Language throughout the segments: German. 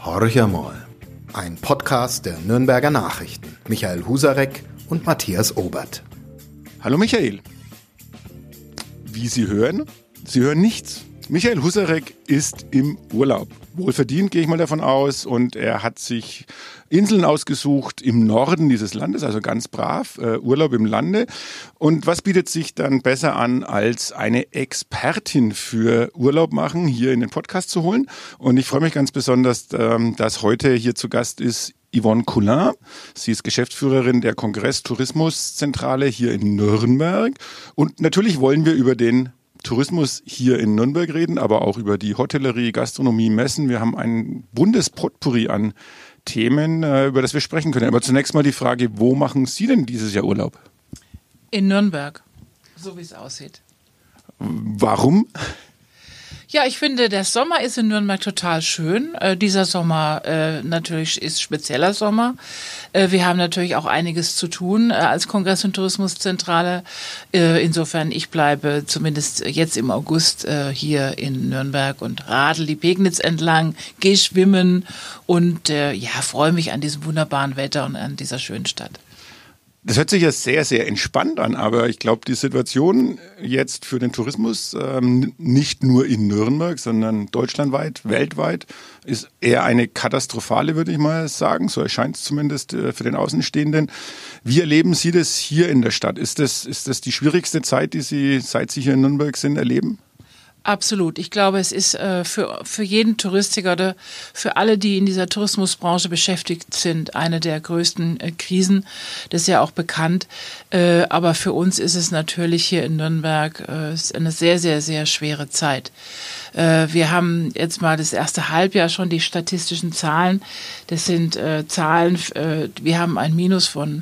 Horch einmal. Ein Podcast der Nürnberger Nachrichten. Michael Husarek und Matthias Obert. Hallo Michael. Wie Sie hören nichts. Michael Husarek ist im Urlaub. Wohlverdient, gehe ich mal davon aus. Und er hat sich Inseln ausgesucht im Norden dieses Landes, also ganz brav, Urlaub im Lande. Und was bietet sich dann besser an, als eine Expertin für Urlaub machen, hier in den Podcast zu holen? Und ich freue mich ganz besonders, dass heute hier zu Gast ist Yvonne Coulin. Sie ist Geschäftsführerin der Kongress-Tourismus-Zentrale hier in Nürnberg. Und natürlich wollen wir über den Tourismus hier in Nürnberg reden, aber auch über die Hotellerie, Gastronomie, Messen. Wir haben ein buntes Potpourri an Themen, über das wir sprechen können. Aber zunächst mal die Frage, wo machen Sie denn dieses Jahr Urlaub? In Nürnberg, so wie es aussieht. Warum? Ja, ich finde, der Sommer ist in Nürnberg total schön. Dieser Sommer natürlich ist spezieller Sommer. Wir haben natürlich auch einiges zu tun als Kongress- und Tourismuszentrale. Insofern, ich bleibe zumindest jetzt im August hier in Nürnberg und radel die Pegnitz entlang, gehe schwimmen und freue mich an diesem wunderbaren Wetter und an dieser schönen Stadt. Das hört sich ja sehr, sehr entspannt an, aber ich glaube, die Situation jetzt für den Tourismus, nicht nur in Nürnberg, sondern deutschlandweit, weltweit, ist eher eine katastrophale, würde ich mal sagen. So erscheint es zumindest für den Außenstehenden. Wie erleben Sie das hier in der Stadt? Ist das die schwierigste Zeit, die Sie, seit Sie hier in Nürnberg sind, erleben? Absolut. Ich glaube, es ist für jeden Touristiker oder für alle, die in dieser Tourismusbranche beschäftigt sind, eine der größten Krisen. Das ist ja auch bekannt. Aber für uns ist es natürlich hier in Nürnberg eine sehr, sehr, sehr schwere Zeit. Wir haben jetzt mal das erste Halbjahr schon die statistischen Zahlen. Das sind Zahlen, wir haben ein Minus von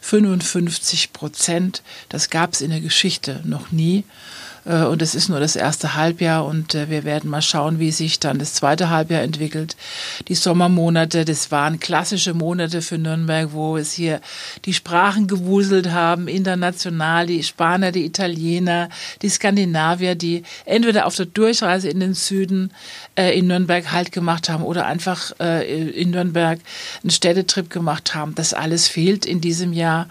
55%. Das gab es in der Geschichte noch nie. Und es ist nur das erste Halbjahr und wir werden mal schauen, wie sich dann das zweite Halbjahr entwickelt. Die Sommermonate, das waren klassische Monate für Nürnberg, wo es hier die Sprachen gewuselt haben, international, die Spanier, die Italiener, die Skandinavier, die entweder auf der Durchreise in den Süden in Nürnberg Halt gemacht haben oder einfach in Nürnberg einen Städtetrip gemacht haben. Das alles fehlt in diesem Jahr.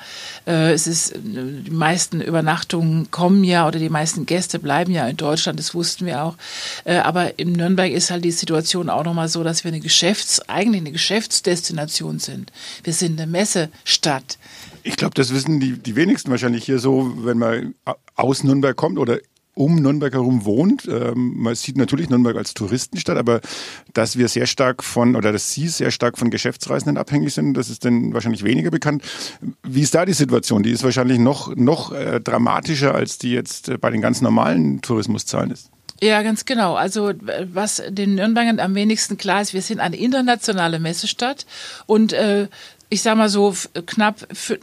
Die meisten Übernachtungen kommen ja oder die meisten Gäste bleiben ja in Deutschland, das wussten wir auch. Aber in Nürnberg ist halt die Situation auch nochmal so, dass wir eigentlich eine Geschäftsdestination sind. Wir sind eine Messestadt. Ich glaube, das wissen die wenigsten wahrscheinlich hier so, wenn man aus Nürnberg kommt oder um Nürnberg herum wohnt. Man sieht natürlich Nürnberg als Touristenstadt, aber dass Sie sehr stark von Geschäftsreisenden abhängig sind, das ist dann wahrscheinlich weniger bekannt. Wie ist da die Situation? Die ist wahrscheinlich noch dramatischer, als die jetzt bei den ganz normalen Tourismuszahlen ist. Ja, ganz genau. Also was den Nürnbergern am wenigsten klar ist, wir sind eine internationale Messestadt und ich sag mal so, knapp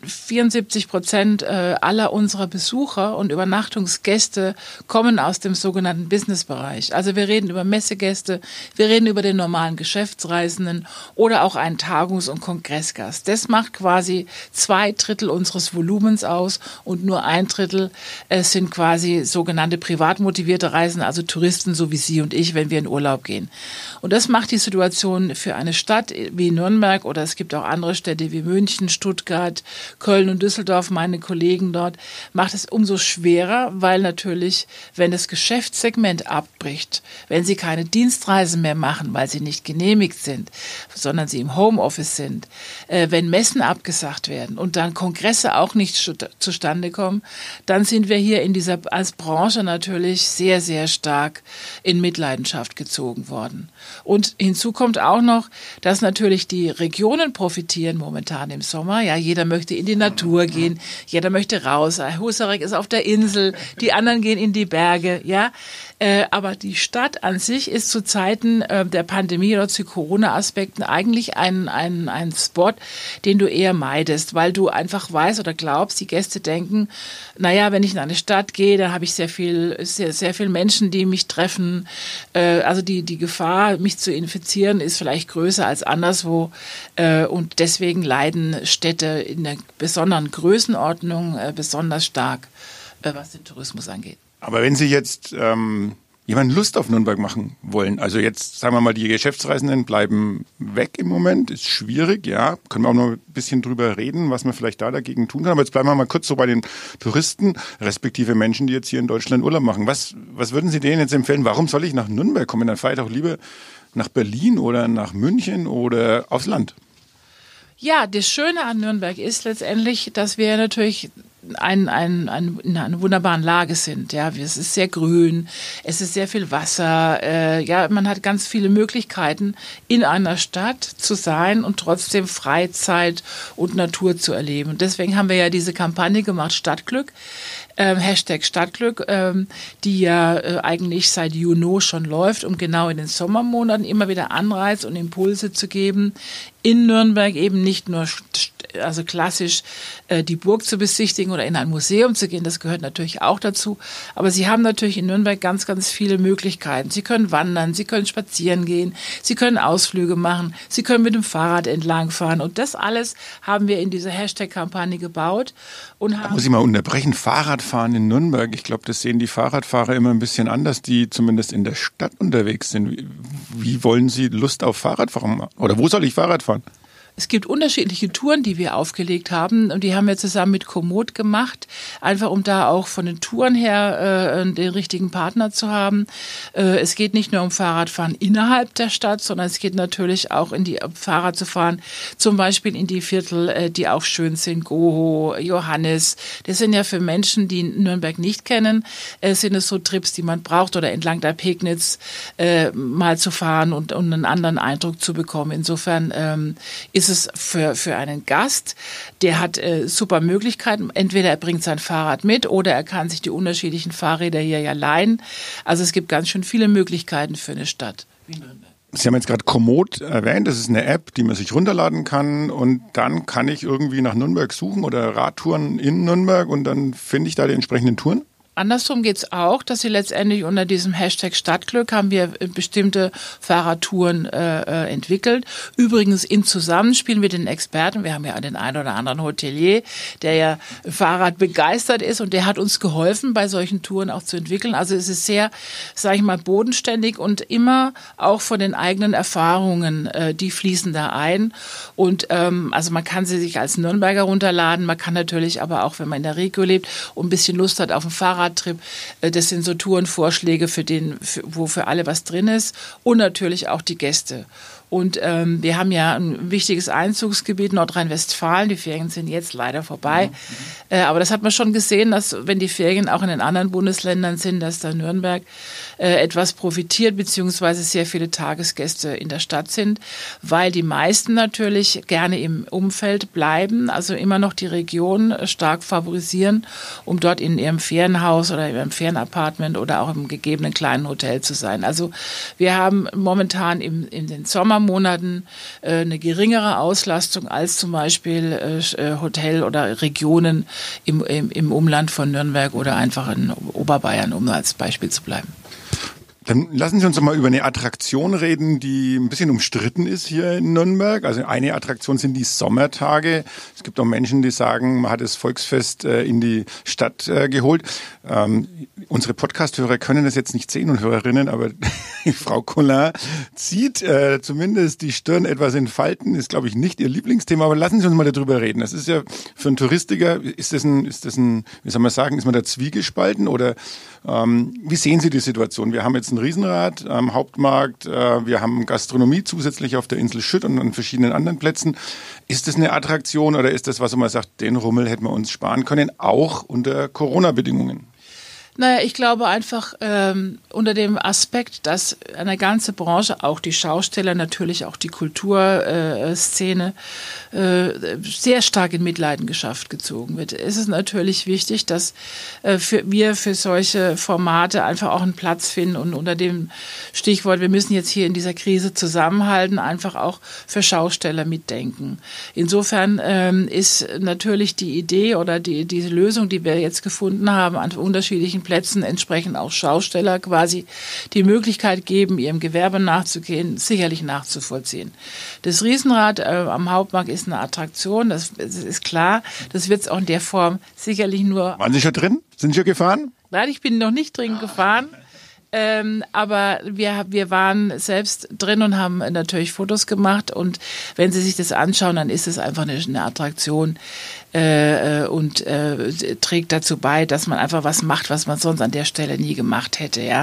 74% aller unserer Besucher und Übernachtungsgäste kommen aus dem sogenannten Businessbereich. Also wir reden über Messegäste, wir reden über den normalen Geschäftsreisenden oder auch einen Tagungs- und Kongressgast. Das macht quasi 2/3 unseres Volumens aus und nur 1/3 sind quasi sogenannte privat motivierte Reisen, also Touristen, so wie Sie und ich, wenn wir in Urlaub gehen. Und das macht die Situation für eine Stadt wie Nürnberg oder es gibt auch andere Städte wie München, Stuttgart, Köln und Düsseldorf, meine Kollegen dort, macht es umso schwerer, weil natürlich, wenn das Geschäftssegment abbricht, wenn sie keine Dienstreisen mehr machen, weil sie nicht genehmigt sind, sondern sie im Homeoffice sind, wenn Messen abgesagt werden und dann Kongresse auch nicht zustande kommen, dann sind wir hier als Branche natürlich sehr, sehr stark in Mitleidenschaft gezogen worden. Und hinzu kommt auch noch, dass natürlich die Regionen profitieren momentan im Sommer. Ja, jeder möchte in die Natur gehen, jeder möchte raus. Husarek ist auf der Insel, die anderen gehen in die Berge, ja. Aber die Stadt an sich ist zu Zeiten der Pandemie oder zu Corona-Aspekten eigentlich ein Spot, den du eher meidest, weil du einfach weißt oder glaubst, die Gäste denken, naja, wenn ich in eine Stadt gehe, dann habe ich sehr viel Menschen, die mich treffen. Also die Gefahr, mich zu infizieren, ist vielleicht größer als anderswo. Und deswegen leiden Städte in einer besonderen Größenordnung besonders stark, was den Tourismus angeht. Aber wenn Sie jetzt jemand Lust auf Nürnberg machen wollen? Also jetzt, sagen wir mal, die Geschäftsreisenden bleiben weg im Moment, ist schwierig, ja. Können wir auch noch ein bisschen drüber reden, was man vielleicht da dagegen tun kann. Aber jetzt bleiben wir mal kurz so bei den Touristen, respektive Menschen, die jetzt hier in Deutschland Urlaub machen. Was würden Sie denen jetzt empfehlen? Warum soll ich nach Nürnberg kommen? Dann fahre ich doch lieber nach Berlin oder nach München oder aufs Land. Ja, das Schöne an Nürnberg ist letztendlich, dass wir natürlich in einer wunderbaren Lage sind. Ja, es ist sehr grün, es ist sehr viel Wasser. Ja, man hat ganz viele Möglichkeiten, in einer Stadt zu sein und trotzdem Freizeit und Natur zu erleben. Und deswegen haben wir ja diese Kampagne gemacht, Stadtglück. Hashtag Stadtglück, die ja eigentlich seit Juni schon läuft, um genau in den Sommermonaten immer wieder Anreiz und Impulse zu geben, in Nürnberg eben nicht nur also klassisch die Burg zu besichtigen oder in ein Museum zu gehen, das gehört natürlich auch dazu. Aber Sie haben natürlich in Nürnberg ganz, ganz viele Möglichkeiten. Sie können wandern, Sie können spazieren gehen, Sie können Ausflüge machen, Sie können mit dem Fahrrad entlangfahren. Und das alles haben wir in dieser Hashtag-Kampagne gebaut. Und haben, da muss ich mal unterbrechen, Fahrradfahren in Nürnberg. Ich glaube, das sehen die Fahrradfahrer immer ein bisschen anders, die zumindest in der Stadt unterwegs sind. Wie wollen Sie Lust auf Fahrradfahren machen? Oder wo soll ich Fahrrad fahren? Es gibt unterschiedliche Touren, die wir aufgelegt haben und die haben wir zusammen mit Komoot gemacht, einfach um da auch von den Touren her den richtigen Partner zu haben. Es geht nicht nur um Fahrradfahren innerhalb der Stadt, sondern es geht natürlich auch Fahrrad zu fahren, zum Beispiel in die Viertel, die auch schön sind, Goho, Johannes. Das sind ja für Menschen, die Nürnberg nicht kennen, sind es so Trips, die man braucht oder entlang der Pegnitz mal zu fahren und einen anderen Eindruck zu bekommen. Insofern ist es für einen Gast, der hat super Möglichkeiten. Entweder er bringt sein Fahrrad mit oder er kann sich die unterschiedlichen Fahrräder hier ja leihen. Also es gibt ganz schön viele Möglichkeiten für eine Stadt wie Nürnberg. Sie haben jetzt gerade Komoot erwähnt, das ist eine App, die man sich runterladen kann und dann kann ich irgendwie nach Nürnberg suchen oder Radtouren in Nürnberg und dann finde ich da die entsprechenden Touren? Andersrum geht's auch, dass sie letztendlich unter diesem Hashtag Stadtglück haben wir bestimmte Fahrradtouren entwickelt. Übrigens in Zusammenspiel mit den Experten. Wir haben ja den einen oder anderen Hotelier, der ja Fahrrad begeistert ist und der hat uns geholfen, bei solchen Touren auch zu entwickeln. Also es ist sehr, sage ich mal, bodenständig und immer auch von den eigenen Erfahrungen, die fließen da ein. Und also man kann sie sich als Nürnberger runterladen, man kann natürlich aber auch, wenn man in der Regio lebt und ein bisschen Lust hat auf ein Fahrradtrip. Das sind so Tourenvorschläge, wo für alle was drin ist und natürlich auch die Gäste. Und wir haben ja ein wichtiges Einzugsgebiet, Nordrhein-Westfalen. Die Ferien sind jetzt leider vorbei. Aber das hat man schon gesehen, dass wenn die Ferien auch in den anderen Bundesländern sind, dass da Nürnberg etwas profitiert, beziehungsweise sehr viele Tagesgäste in der Stadt sind, weil die meisten natürlich gerne im Umfeld bleiben, also immer noch die Region stark favorisieren, um dort in ihrem Ferienhaus oder in ihrem Ferienapartment oder auch im gegebenen kleinen Hotel zu sein. Also wir haben momentan in den Sommermonaten eine geringere Auslastung als zum Beispiel Hotel oder Regionen im Umland von Nürnberg oder einfach in Oberbayern, um als Beispiel zu bleiben. Dann lassen Sie uns doch mal über eine Attraktion reden, die ein bisschen umstritten ist hier in Nürnberg. Also eine Attraktion sind die Sommertage. Es gibt auch Menschen, die sagen, man hat das Volksfest in die Stadt geholt. Unsere Podcast-Hörer können das jetzt nicht sehen und Hörerinnen, aber Frau Collin zieht zumindest die Stirn etwas in Falten. Ist, glaube ich, nicht ihr Lieblingsthema, aber lassen Sie uns mal darüber reden. Das ist ja für einen Touristiker, ist das ein, wie soll man sagen, ist man da zwiegespalten oder wie sehen Sie die Situation? Wir haben jetzt ein Riesenrad am Hauptmarkt, wir haben Gastronomie zusätzlich auf der Insel Schütt und an verschiedenen anderen Plätzen. Ist das eine Attraktion oder ist das, was man sagt, den Rummel hätten wir uns sparen können, auch unter Corona-Bedingungen? Naja, ich glaube einfach unter dem Aspekt, dass eine ganze Branche, auch die Schausteller, natürlich auch die Kulturszene, sehr stark in Mitleidenschaft gezogen wird. Es ist natürlich wichtig, dass wir für solche Formate einfach auch einen Platz finden und unter dem Stichwort, wir müssen jetzt hier in dieser Krise zusammenhalten, einfach auch für Schausteller mitdenken. Insofern ist natürlich die Idee oder diese Lösung, die wir jetzt gefunden haben, an unterschiedlichen Plätzen entsprechend auch Schausteller quasi die Möglichkeit geben, ihrem Gewerbe nachzugehen, sicherlich nachzuvollziehen. Das Riesenrad am Hauptmarkt ist eine Attraktion, das ist klar. Das wird es auch in der Form sicherlich nur... Waren Sie schon drin? Sind Sie schon gefahren? Nein, ich bin noch nicht drin gefahren. Aber wir waren selbst drin und haben natürlich Fotos gemacht. Und wenn Sie sich das anschauen, dann ist es einfach eine Attraktion und trägt dazu bei, dass man einfach was macht, was man sonst an der Stelle nie gemacht hätte. Ja,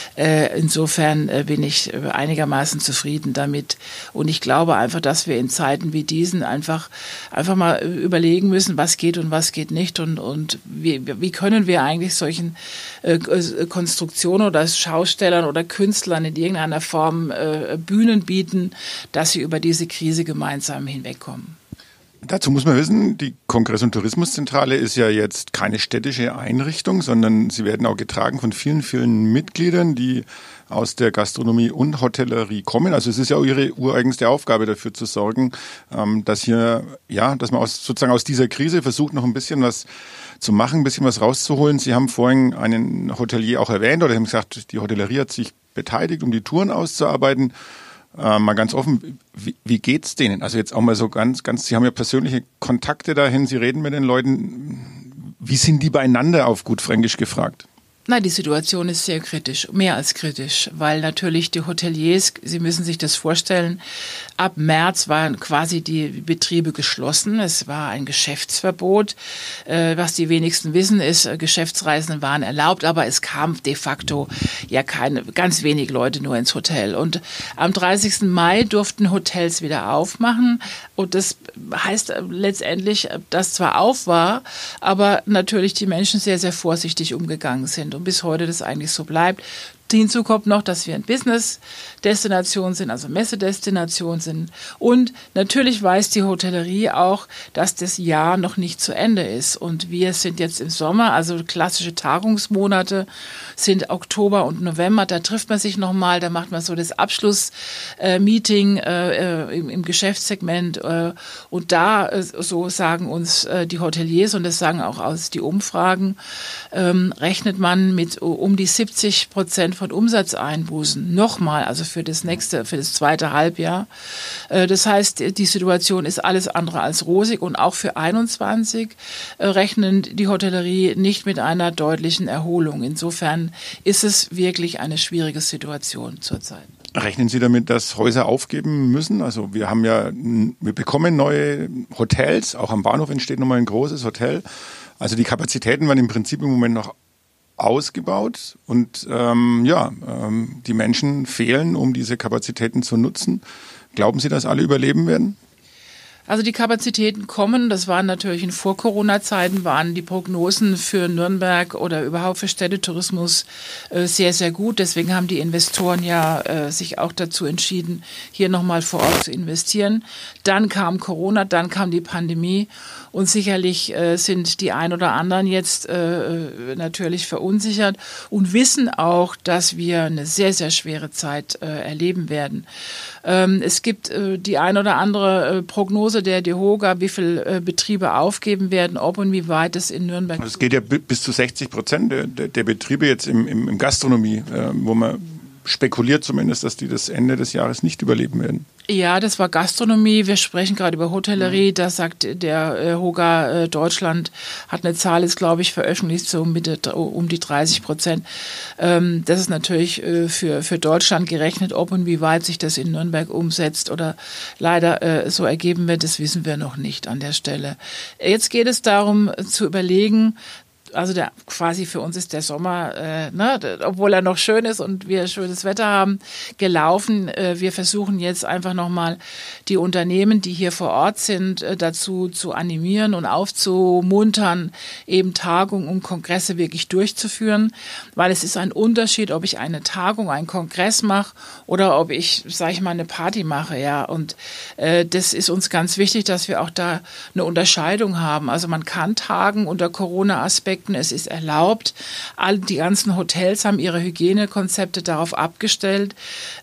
insofern bin ich einigermaßen zufrieden damit. Und ich glaube einfach, dass wir in Zeiten wie diesen einfach mal überlegen müssen, was geht und was geht nicht und wie können wir eigentlich solchen Konstruktionen oder Schaustellern oder Künstlern in irgendeiner Form Bühnen bieten, dass sie über diese Krise gemeinsam hinwegkommen. Dazu muss man wissen, die Kongress- und Tourismuszentrale ist ja jetzt keine städtische Einrichtung, sondern sie werden auch getragen von vielen, vielen Mitgliedern, die aus der Gastronomie und Hotellerie kommen. Also es ist ja auch ihre ureigenste Aufgabe, dafür zu sorgen, dass man sozusagen aus dieser Krise versucht, noch ein bisschen was zu machen, ein bisschen was rauszuholen. Sie haben vorhin einen Hotelier auch erwähnt oder haben gesagt, die Hotellerie hat sich beteiligt, um die Touren auszuarbeiten. Mal ganz offen, wie geht's denen? Also jetzt auch mal so ganz, Sie haben ja persönliche Kontakte dahin, Sie reden mit den Leuten. Wie sind die beieinander, auf gut Fränkisch gefragt? Nein, die Situation ist sehr kritisch, mehr als kritisch, weil natürlich die Hoteliers, Sie müssen sich das vorstellen, ab März waren quasi die Betriebe geschlossen. Es war ein Geschäftsverbot. Was die wenigsten wissen, ist, Geschäftsreisen waren erlaubt, aber es kam de facto ja ganz wenig Leute nur ins Hotel. Und am 30. Mai durften Hotels wieder aufmachen. Und das heißt letztendlich, dass zwar auf war, aber natürlich die Menschen sehr, sehr vorsichtig umgegangen sind. Und bis heute das eigentlich so bleibt. Hinzu kommt noch, dass wir eine Business-Destination sind, also Messedestination sind. Und natürlich weiß die Hotellerie auch, dass das Jahr noch nicht zu Ende ist. Und wir sind jetzt im Sommer, also klassische Tagungsmonate sind Oktober und November. Da trifft man sich nochmal, da macht man so das Abschlussmeeting im Geschäftssegment. Und da, so sagen uns die Hoteliers, und das sagen auch aus die Umfragen, rechnet man mit um die 70% von Umsatzeinbußen nochmal, also für das zweite Halbjahr. Das heißt, die Situation ist alles andere als rosig und auch für 21 rechnen die Hotellerie nicht mit einer deutlichen Erholung. Insofern ist es wirklich eine schwierige Situation zurzeit. Rechnen Sie damit, dass Häuser aufgeben müssen? Also wir bekommen neue Hotels, auch am Bahnhof entsteht nochmal ein großes Hotel. Also die Kapazitäten werden im Prinzip im Moment noch ausgebaut und die Menschen fehlen, um diese Kapazitäten zu nutzen. Glauben Sie, dass alle überleben werden? Also die Kapazitäten kommen, das waren natürlich in Vor-Corona-Zeiten, waren die Prognosen für Nürnberg oder überhaupt für Städtetourismus sehr, sehr gut. Deswegen haben die Investoren ja sich auch dazu entschieden, hier nochmal vor Ort zu investieren. Dann kam Corona, dann kam die Pandemie und sicherlich sind die ein oder anderen jetzt natürlich verunsichert und wissen auch, dass wir eine sehr, sehr schwere Zeit erleben werden. Es gibt die ein oder andere Prognose der DEHOGA, wie viele Betriebe aufgeben werden, ob und wie weit es in Nürnberg... Es geht ja bis zu 60% der Betriebe jetzt im Gastronomie, wo man spekuliert zumindest, dass die das Ende des Jahres nicht überleben werden. Ja, das war Gastronomie. Wir sprechen gerade über Hotellerie. Da sagt der HOGA Deutschland, hat eine Zahl, ist glaube ich veröffentlicht, so um die 30%. Das ist natürlich für Deutschland gerechnet, ob und wie weit sich das in Nürnberg umsetzt oder leider so ergeben wird, das wissen wir noch nicht an der Stelle. Jetzt geht es darum zu überlegen, also quasi für uns ist der Sommer, obwohl er noch schön ist und wir schönes Wetter haben, gelaufen. Wir versuchen jetzt einfach nochmal die Unternehmen, die hier vor Ort sind, dazu zu animieren und aufzumuntern, eben Tagungen und Kongresse wirklich durchzuführen, weil es ist ein Unterschied, ob ich eine Tagung, einen Kongress mache oder ob ich, sage ich mal, eine Party mache. Ja. Und das ist uns ganz wichtig, dass wir auch da eine Unterscheidung haben. Also man kann tagen unter Corona-Aspekten. Es ist erlaubt. Die ganzen Hotels haben ihre Hygienekonzepte darauf abgestellt.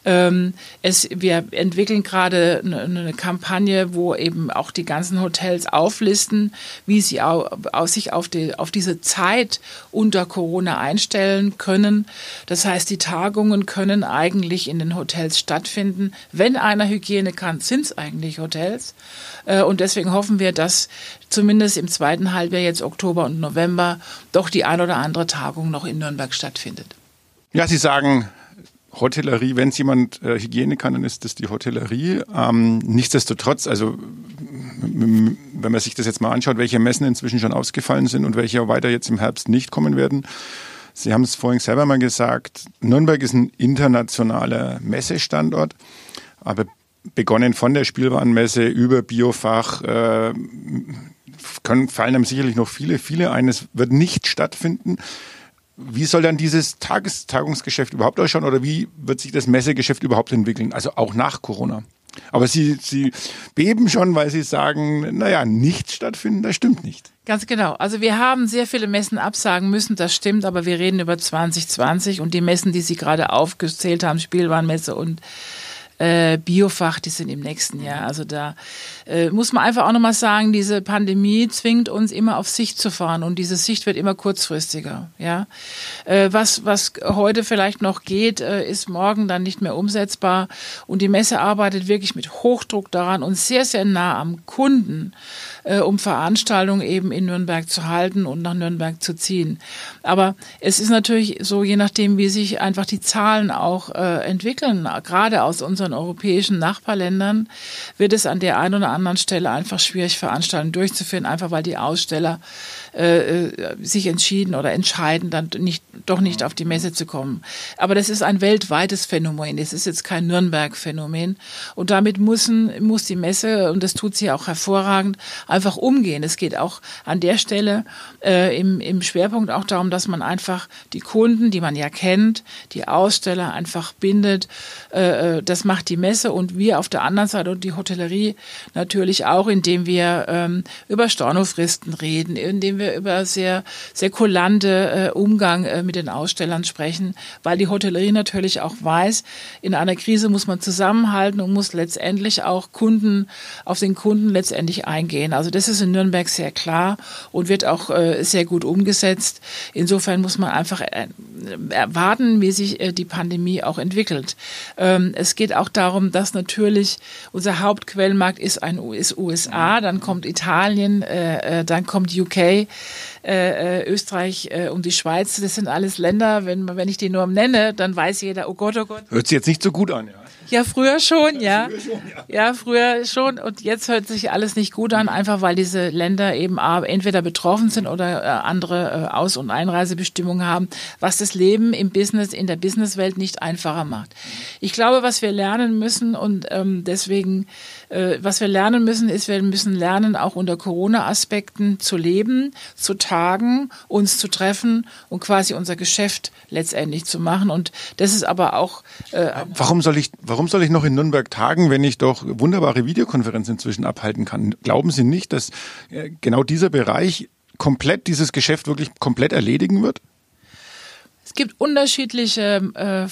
Wir entwickeln gerade eine Kampagne, wo eben auch die ganzen Hotels auflisten, wie sie sich auf diese Zeit unter Corona einstellen können. Das heißt, die Tagungen können eigentlich in den Hotels stattfinden. Wenn einer Hygiene kann, sind es eigentlich Hotels. Und deswegen hoffen wir, dass zumindest im zweiten Halbjahr, jetzt Oktober und November, doch die ein oder andere Tagung noch in Nürnberg stattfindet. Ja, Sie sagen Hotellerie, wenn es jemand Hygiene kann, dann ist das die Hotellerie. Nichtsdestotrotz, also wenn man sich das jetzt mal anschaut, welche Messen inzwischen schon ausgefallen sind und welche weiter jetzt im Herbst nicht kommen werden. Sie haben es vorhin selber mal gesagt, Nürnberg ist ein internationaler Messestandort, aber begonnen von der Spielwarenmesse über Biofach, fallen einem sicherlich noch viele ein. Es wird nicht stattfinden. Wie soll dann dieses Tagungsgeschäft überhaupt ausschauen oder wie wird sich das Messegeschäft überhaupt entwickeln? Also auch nach Corona. Aber Sie beben schon, weil Sie sagen, naja, nichts stattfinden, das stimmt nicht. Ganz genau. Also wir haben sehr viele Messen absagen müssen, das stimmt, aber wir reden über 2020 und die Messen, die Sie gerade aufgezählt haben, Spielwarenmesse und Biofach, die sind im nächsten Jahr. Also da muss man einfach auch nochmal sagen, diese Pandemie zwingt uns immer auf Sicht zu fahren und diese Sicht wird immer kurzfristiger. Ja, was heute vielleicht noch geht, ist morgen dann nicht mehr umsetzbar und die Messe arbeitet wirklich mit Hochdruck daran und sehr, sehr nah am Kunden, um Veranstaltungen eben in Nürnberg zu halten und nach Nürnberg zu ziehen. Aber es ist natürlich so, je nachdem, wie sich einfach die Zahlen auch entwickeln, gerade aus unseren europäischen Nachbarländern, wird es an der einen oder anderen Stelle einfach schwierig, Veranstaltungen durchzuführen, einfach weil die Aussteller sich entschieden oder entscheiden, dann doch nicht auf die Messe zu kommen. Aber das ist ein weltweites Phänomen. Es ist jetzt kein Nürnberg-Phänomen. Und damit muss die Messe, und das tut sie auch hervorragend, einfach umgehen. Es geht auch an der Stelle im Schwerpunkt auch darum, dass man einfach die Kunden, die man ja kennt, die Aussteller einfach bindet. Das macht die Messe und wir auf der anderen Seite und die Hotellerie natürlich auch, indem wir über Stornofristen reden, indem wir über sehr, sehr kulante Umgang mit den Ausstellern sprechen, weil die Hotellerie natürlich auch weiß, in einer Krise muss man zusammenhalten und muss letztendlich auch auf den Kunden letztendlich eingehen. Also das ist in Nürnberg sehr klar und wird auch sehr gut umgesetzt. Insofern muss man einfach erwarten, wie sich die Pandemie auch entwickelt. Es geht auch darum, dass natürlich unser Hauptquellmarkt ist USA, dann kommt Italien, dann kommt UK, Österreich und die Schweiz. Das sind alles Länder, wenn ich die nur nenne, dann weiß jeder, oh Gott, oh Gott. Hört sich jetzt nicht so gut an, ja. Ja, früher schon, ja. Ja, früher schon. Und jetzt hört sich alles nicht gut an, einfach weil diese Länder eben entweder betroffen sind oder andere Aus- und Einreisebestimmungen haben, was das Leben in der Businesswelt nicht einfacher macht. Ich glaube, was wir lernen müssen und deswegen, was wir lernen müssen, ist, wir müssen lernen, auch unter Corona-Aspekten zu leben, zu tagen, uns zu treffen und quasi unser Geschäft letztendlich zu machen. Und das ist aber auch... Warum soll ich noch in Nürnberg tagen, wenn ich doch wunderbare Videokonferenzen inzwischen abhalten kann? Glauben Sie nicht, dass genau dieser Bereich dieses Geschäft wirklich komplett erledigen wird? Es gibt unterschiedliche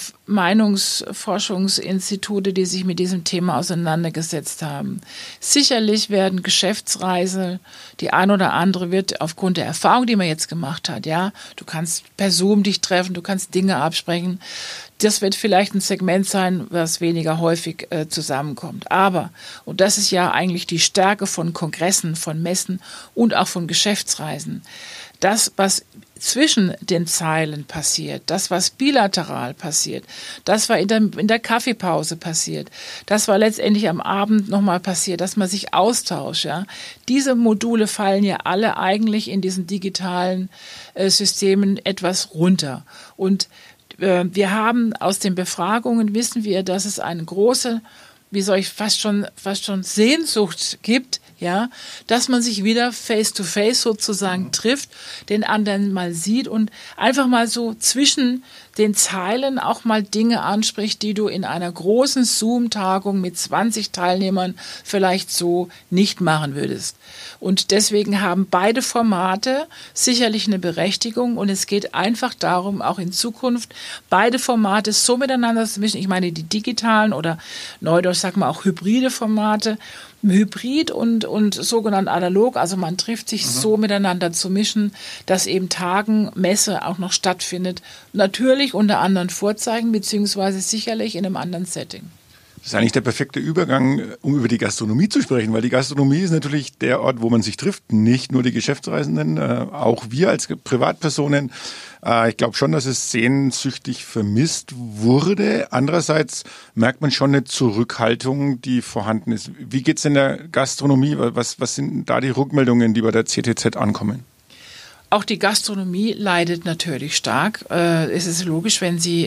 Meinungsforschungsinstitute, die sich mit diesem Thema auseinandergesetzt haben. Sicherlich werden Geschäftsreise, die ein oder andere wird aufgrund der Erfahrung, die man jetzt gemacht hat, ja, du kannst per Zoom dich treffen, du kannst Dinge absprechen. Das wird vielleicht ein Segment sein, was weniger häufig zusammenkommt. Aber, und das ist ja eigentlich die Stärke von Kongressen, von Messen und auch von Geschäftsreisen, das, was zwischen den Zeilen passiert, das, was bilateral passiert, das war in der Kaffeepause passiert, das war letztendlich am Abend nochmal passiert, dass man sich austauscht. Ja. Diese Module fallen ja alle eigentlich in diesen digitalen Systemen etwas runter. Und wir haben aus den Befragungen, wissen wir, dass es eine große, fast schon Sehnsucht gibt, ja, dass man sich wieder face to face sozusagen trifft, den anderen mal sieht und einfach mal so zwischen den Zeilen auch mal Dinge anspricht, die du in einer großen Zoom-Tagung mit 20 Teilnehmern vielleicht so nicht machen würdest. Und deswegen haben beide Formate sicherlich eine Berechtigung und es geht einfach darum, auch in Zukunft beide Formate so miteinander zu mischen. Ich meine, die digitalen oder neudeutsch sagt man auch hybride Formate, Hybrid und sogenannt analog, also man trifft sich so miteinander zu mischen, dass eben Tagen, Messe auch noch stattfindet. Natürlich unter anderen Vorzeichen, beziehungsweise sicherlich in einem anderen Setting. Das ist eigentlich der perfekte Übergang, um über die Gastronomie zu sprechen, weil die Gastronomie ist natürlich der Ort, wo man sich trifft, nicht nur die Geschäftsreisenden, auch wir als Privatpersonen. Ich glaube schon, dass es sehnsüchtig vermisst wurde. Andererseits merkt man schon eine Zurückhaltung, die vorhanden ist. Wie geht's in der Gastronomie? Was sind da die Rückmeldungen, die bei der CTZ ankommen? Auch die Gastronomie leidet natürlich stark. Es ist logisch, wenn Sie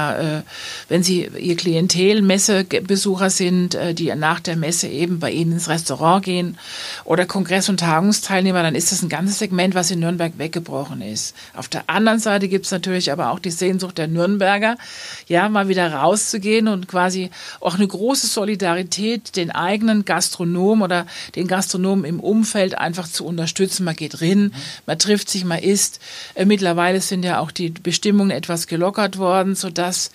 wenn Sie Ihr Klientel Messebesucher sind, die nach der Messe eben bei Ihnen ins Restaurant gehen oder Kongress- und Tagungsteilnehmer, dann ist das ein ganzes Segment, was in Nürnberg weggebrochen ist. Auf der anderen Seite gibt es natürlich aber auch die Sehnsucht der Nürnberger, ja, mal wieder rauszugehen und quasi auch eine große Solidarität, den eigenen Gastronom oder den Gastronomen im Umfeld einfach zu unterstützen. Man geht rein, man trifft sich, man isst. Mittlerweile sind ja auch die Bestimmungen etwas gelockert worden, sodass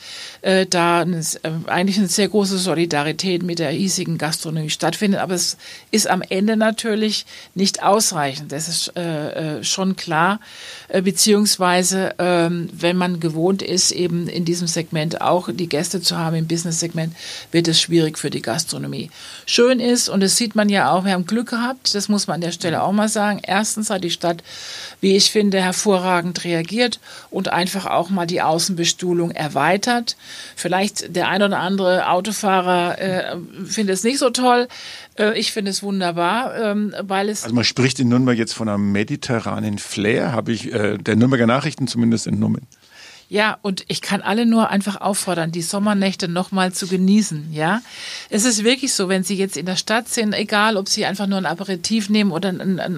da eigentlich eine sehr große Solidarität mit der hiesigen Gastronomie stattfindet. Aber es ist am Ende natürlich nicht ausreichend. Das ist schon klar. Beziehungsweise, wenn man gewohnt ist, eben in diesem Segment auch die Gäste zu haben, im Business-Segment, wird es schwierig für die Gastronomie. Schön ist, und das sieht man ja auch, wir haben Glück gehabt, das muss man an der Stelle auch mal sagen. Erstens hat die Stadt, wie ich finde, hervorragend reagiert und einfach auch mal die Außenbestuhlung erweitert. Vielleicht der ein oder andere Autofahrer findet es nicht so toll. Ich finde es wunderbar, weil es... Also man spricht in Nürnberg jetzt von einem mediterranen Flair, habe ich der Nürnberger Nachrichten zumindest entnommen. Ja, und ich kann alle nur einfach auffordern, die Sommernächte nochmal zu genießen, ja. Es ist wirklich so, wenn Sie jetzt in der Stadt sind, egal, ob Sie einfach nur ein Aperitif nehmen oder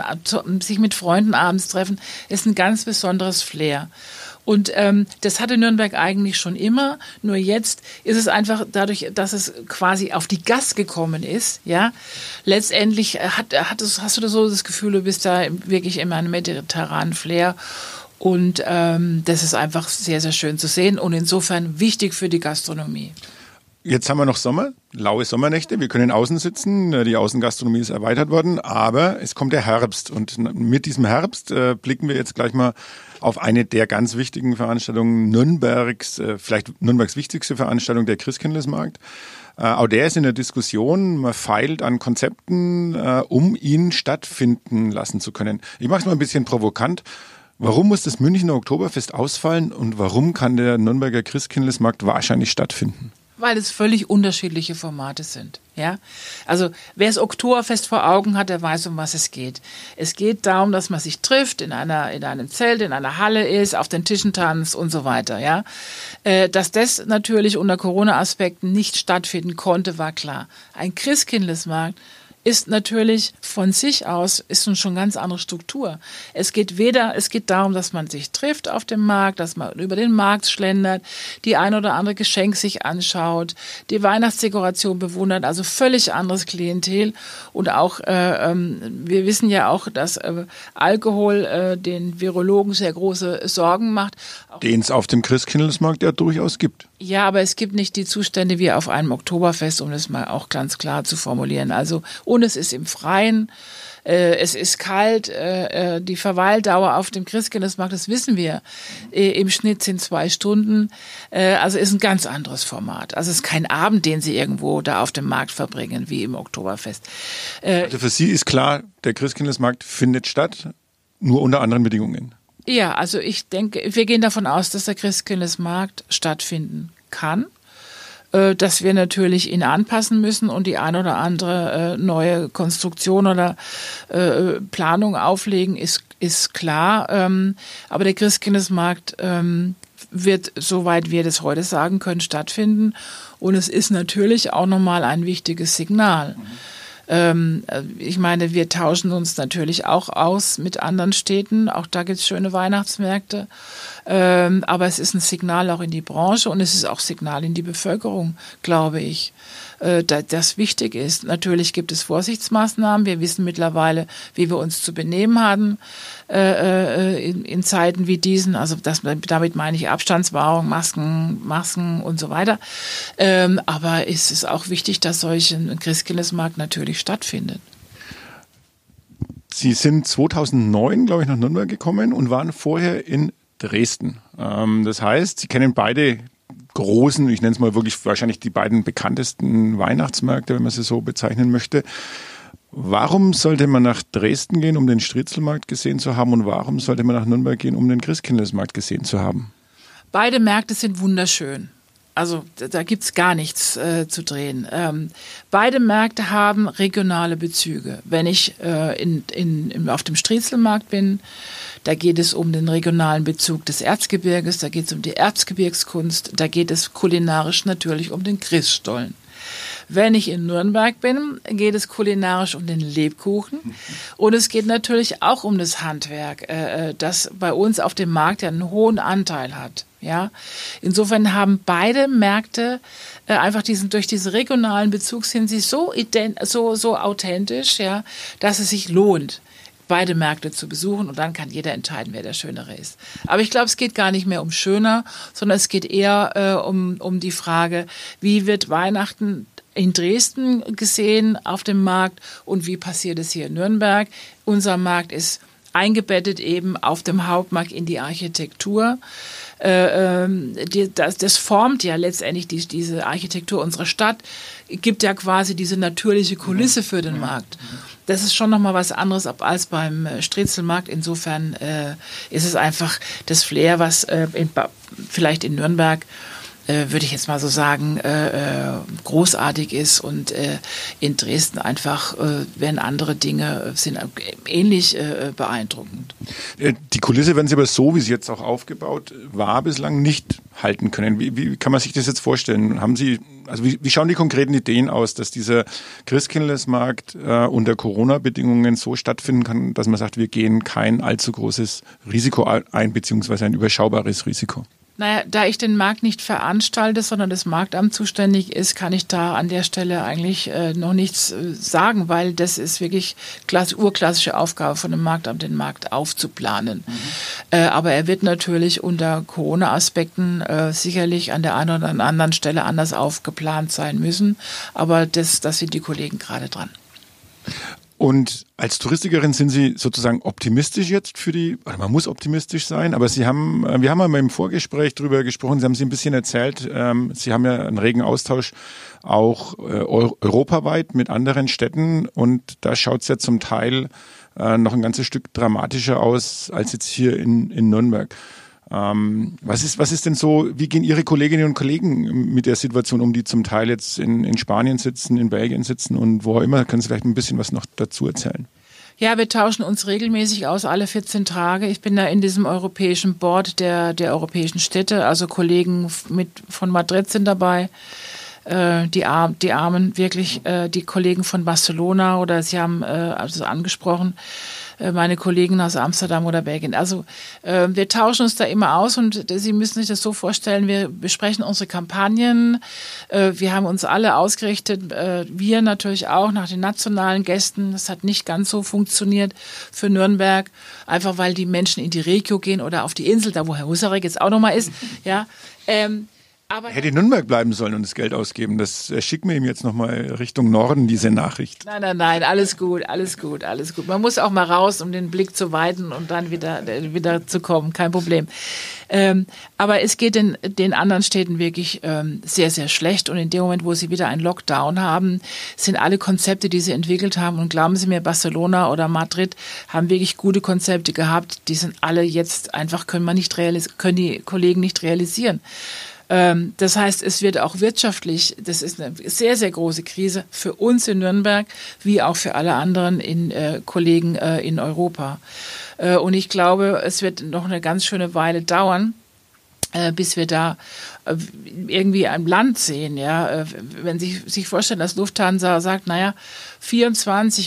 sich mit Freunden abends treffen, ist ein ganz besonderes Flair. Und das hatte Nürnberg eigentlich schon immer, nur jetzt ist es einfach dadurch, dass es quasi auf die Gas gekommen ist, ja. Letztendlich hast du so das Gefühl, du bist da wirklich in einem mediterranen Flair. Und das ist einfach sehr, sehr schön zu sehen und insofern wichtig für die Gastronomie. Jetzt haben wir noch Sommer, laue Sommernächte. Wir können außen sitzen, die Außengastronomie ist erweitert worden, aber es kommt der Herbst. Und mit diesem Herbst blicken wir jetzt gleich mal auf eine der ganz wichtigen Veranstaltungen Nürnbergs, vielleicht Nürnbergs wichtigste Veranstaltung, der Christkindlesmarkt. Auch der ist in der Diskussion, man feilt an Konzepten, um ihn stattfinden lassen zu können. Ich mache es mal ein bisschen provokant. Warum muss das Münchner Oktoberfest ausfallen und warum kann der Nürnberger Christkindlesmarkt wahrscheinlich stattfinden? Weil es völlig unterschiedliche Formate sind. Ja, also wer das Oktoberfest vor Augen hat, der weiß, um was es geht. Es geht darum, dass man sich trifft, in einem Zelt, in einer Halle ist, auf den Tischen tanzt und so weiter. Ja, dass das natürlich unter Corona-Aspekten nicht stattfinden konnte, war klar. Ein Christkindlesmarkt ist natürlich von sich aus, ist schon eine ganz andere Struktur. Es geht darum, dass man sich trifft auf dem Markt, dass man über den Markt schlendert, die ein oder andere Geschenk sich anschaut, die Weihnachtsdekoration bewundert, also völlig anderes Klientel. Und auch, wir wissen ja auch, dass Alkohol den Virologen sehr große Sorgen macht. Den es auf dem Christkindlesmarkt ja durchaus gibt. Ja, aber es gibt nicht die Zustände wie auf einem Oktoberfest, um das mal auch ganz klar zu formulieren. Also, und es ist im Freien, es ist kalt, die Verweildauer auf dem Christkindlesmarkt, das wissen wir, im Schnitt sind 2 Stunden, also ist ein ganz anderes Format. Also es ist kein Abend, den Sie irgendwo da auf dem Markt verbringen, wie im Oktoberfest. Also für Sie ist klar, der Christkindlesmarkt findet statt, nur unter anderen Bedingungen. Ja, also ich denke, wir gehen davon aus, dass der Christkindlesmarkt stattfinden kann, dass wir natürlich ihn anpassen müssen und die ein oder andere neue Konstruktion oder Planung auflegen, ist klar. Aber der Christkindlesmarkt wird, soweit wir das heute sagen können, stattfinden. Und es ist natürlich auch nochmal ein wichtiges Signal. Ich meine, wir tauschen uns natürlich auch aus mit anderen Städten. Auch da gibt es schöne Weihnachtsmärkte. Aber es ist ein Signal auch in die Branche und es ist auch Signal in die Bevölkerung, glaube ich, das wichtig ist. Natürlich gibt es Vorsichtsmaßnahmen. Wir wissen mittlerweile, wie wir uns zu benehmen haben in Zeiten wie diesen. Also damit meine ich Abstandswahrung, Masken und so weiter. Aber es ist auch wichtig, dass solch ein Christkindlesmarkt natürlich stattfindet. Sie sind 2009, glaube ich, nach Nürnberg gekommen und waren vorher in Dresden. Das heißt, Sie kennen beide großen, ich nenne es mal wirklich wahrscheinlich die beiden bekanntesten Weihnachtsmärkte, wenn man sie so bezeichnen möchte. Warum sollte man nach Dresden gehen, um den Striezelmarkt gesehen zu haben, und warum sollte man nach Nürnberg gehen, um den Christkindlesmarkt gesehen zu haben? Beide Märkte sind wunderschön. Also da gibt's gar nichts zu drehen. Beide Märkte haben regionale Bezüge. Wenn ich auf dem Striezelmarkt bin, da geht es um den regionalen Bezug des Erzgebirges, da geht es um die Erzgebirgskunst, da geht es kulinarisch natürlich um den Christstollen. Wenn ich in Nürnberg bin, geht es kulinarisch um den Lebkuchen und es geht natürlich auch um das Handwerk, das bei uns auf dem Markt ja einen hohen Anteil hat. Ja, insofern haben beide Märkte einfach durch diese regionalen Bezug sind sie so authentisch, ja, dass es sich lohnt, beide Märkte zu besuchen, und dann kann jeder entscheiden, wer der Schönere ist. Aber ich glaube, es geht gar nicht mehr um schöner, sondern es geht eher um die Frage, wie wird Weihnachten in Dresden gesehen auf dem Markt und wie passiert es hier in Nürnberg. Unser Markt ist eingebettet eben auf dem Hauptmarkt in die Architektur. Das formt ja letztendlich diese Architektur unserer Stadt, gibt ja quasi diese natürliche Kulisse für den Markt. Das ist schon nochmal was anderes als beim Striezelmarkt. Insofern ist es einfach das Flair, was vielleicht in Nürnberg, würde ich jetzt mal so sagen, großartig ist, und in Dresden einfach werden andere Dinge sind ähnlich beeindruckend. Die Kulisse werden Sie aber so, wie sie jetzt auch aufgebaut war, bislang nicht halten können. Wie kann man sich das jetzt vorstellen? Wie schauen die konkreten Ideen aus, dass dieser Christkindlesmarkt unter Corona-Bedingungen so stattfinden kann, dass man sagt, wir gehen kein allzu großes Risiko ein, beziehungsweise ein überschaubares Risiko? Naja, da ich den Markt nicht veranstalte, sondern das Marktamt zuständig ist, kann ich da an der Stelle eigentlich noch nichts sagen, weil das ist wirklich urklassische Aufgabe von dem Marktamt, den Markt aufzuplanen. Aber er wird natürlich unter Corona-Aspekten sicherlich an der einen oder anderen Stelle anders aufgeplant sein müssen. Aber das sind die Kollegen gerade dran. Und als Touristikerin sind Sie sozusagen optimistisch jetzt man muss optimistisch sein, aber wir haben mal im Vorgespräch darüber gesprochen, Sie haben ein bisschen erzählt, Sie haben ja einen regen Austausch auch europaweit mit anderen Städten, und da schaut es ja zum Teil noch ein ganzes Stück dramatischer aus als jetzt hier in Nürnberg. Was ist denn so, wie gehen Ihre Kolleginnen und Kollegen mit der Situation um, die zum Teil jetzt in Spanien sitzen, in Belgien sitzen und wo auch immer? Können Sie vielleicht ein bisschen was noch dazu erzählen? Ja, wir tauschen uns regelmäßig aus, alle 14 Tage. Ich bin da in diesem europäischen Board der europäischen Städte, also Kollegen von Madrid sind dabei. Die Armen, wirklich die Kollegen von Barcelona, oder Sie haben also angesprochen, meine Kollegen aus Amsterdam oder Belgien. Also wir tauschen uns da immer aus, und Sie müssen sich das so vorstellen, wir besprechen unsere Kampagnen. Wir haben uns alle ausgerichtet, wir natürlich auch nach den nationalen Gästen. Das hat nicht ganz so funktioniert für Nürnberg, einfach weil die Menschen in die Regio gehen oder auf die Insel, da wo Herr Husarek jetzt auch nochmal ist. Ja, aber hätte in Nürnberg bleiben sollen und das Geld ausgeben. Das schicken wir ihm jetzt nochmal Richtung Norden, diese Nachricht. Nein, alles gut. Man muss auch mal raus, um den Blick zu weiten und dann wieder zu kommen, kein Problem. Aber es geht den anderen Städten wirklich sehr, sehr schlecht, und in dem Moment, wo sie wieder einen Lockdown haben, sind alle Konzepte, die sie entwickelt haben, und glauben Sie mir, Barcelona oder Madrid haben wirklich gute Konzepte gehabt, die sind alle jetzt einfach, können die Kollegen nicht realisieren. Das heißt, es wird auch wirtschaftlich, das ist eine sehr, sehr große Krise für uns in Nürnberg, wie auch für alle anderen Kollegen in Europa. Und ich glaube, es wird noch eine ganz schöne Weile dauern, bis wir da irgendwie ein Land sehen, ja. Wenn Sie sich vorstellen, dass Lufthansa sagt, 2024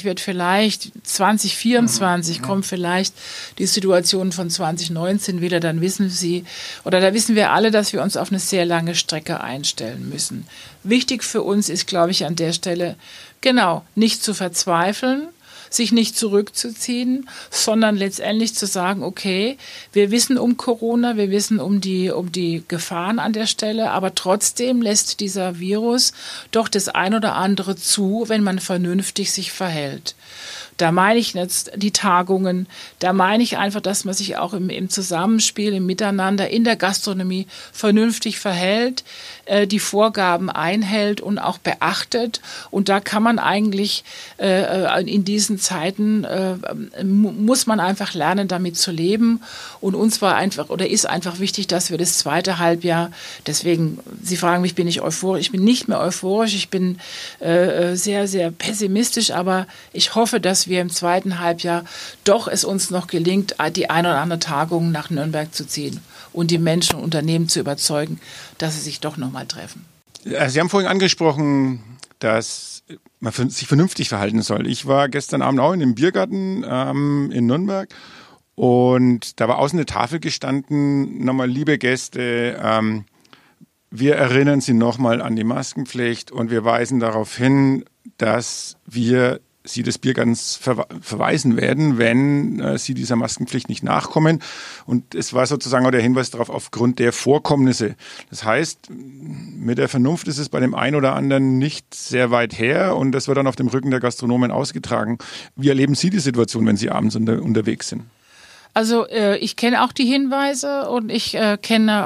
kommt vielleicht die Situation von 2019 wieder, dann wissen wir alle, dass wir uns auf eine sehr lange Strecke einstellen müssen. Wichtig für uns ist, glaube ich, an der Stelle, nicht zu verzweifeln, sich nicht zurückzuziehen, sondern letztendlich zu sagen, okay, wir wissen um Corona, wir wissen um die Gefahren an der Stelle, aber trotzdem lässt dieser Virus doch das ein oder andere zu, wenn man vernünftig sich verhält. Da meine ich jetzt die Tagungen, da meine ich einfach, dass man sich auch im Zusammenspiel, im Miteinander, in der Gastronomie vernünftig verhält, die Vorgaben einhält und auch beachtet. Und da kann man eigentlich in diesen Zeiten, muss man einfach lernen, damit zu leben. Und uns war einfach oder ist einfach wichtig, dass wir das zweite Halbjahr, deswegen, Sie fragen mich, bin ich euphorisch? Ich bin nicht mehr euphorisch, ich bin sehr, sehr pessimistisch, aber ich hoffe, dass wir im zweiten Halbjahr doch es uns noch gelingt, die eine oder andere Tagung nach Nürnberg zu ziehen und die Menschen und Unternehmen zu überzeugen, dass sie sich doch nochmal treffen. Sie haben vorhin angesprochen, dass man sich vernünftig verhalten soll. Ich war gestern Abend auch in einem Biergarten in Nürnberg und da war außen eine Tafel gestanden, nochmal, liebe Gäste, wir erinnern Sie nochmal an die Maskenpflicht und wir weisen darauf hin, dass wir Sie des Biergartens verweisen werden, wenn Sie dieser Maskenpflicht nicht nachkommen. Und es war sozusagen auch der Hinweis darauf, aufgrund der Vorkommnisse. Das heißt, mit der Vernunft ist es bei dem einen oder anderen nicht sehr weit her und das wird dann auf dem Rücken der Gastronomen ausgetragen. Wie erleben Sie die Situation, wenn Sie abends unterwegs sind? Also ich kenne auch die Hinweise und ich habe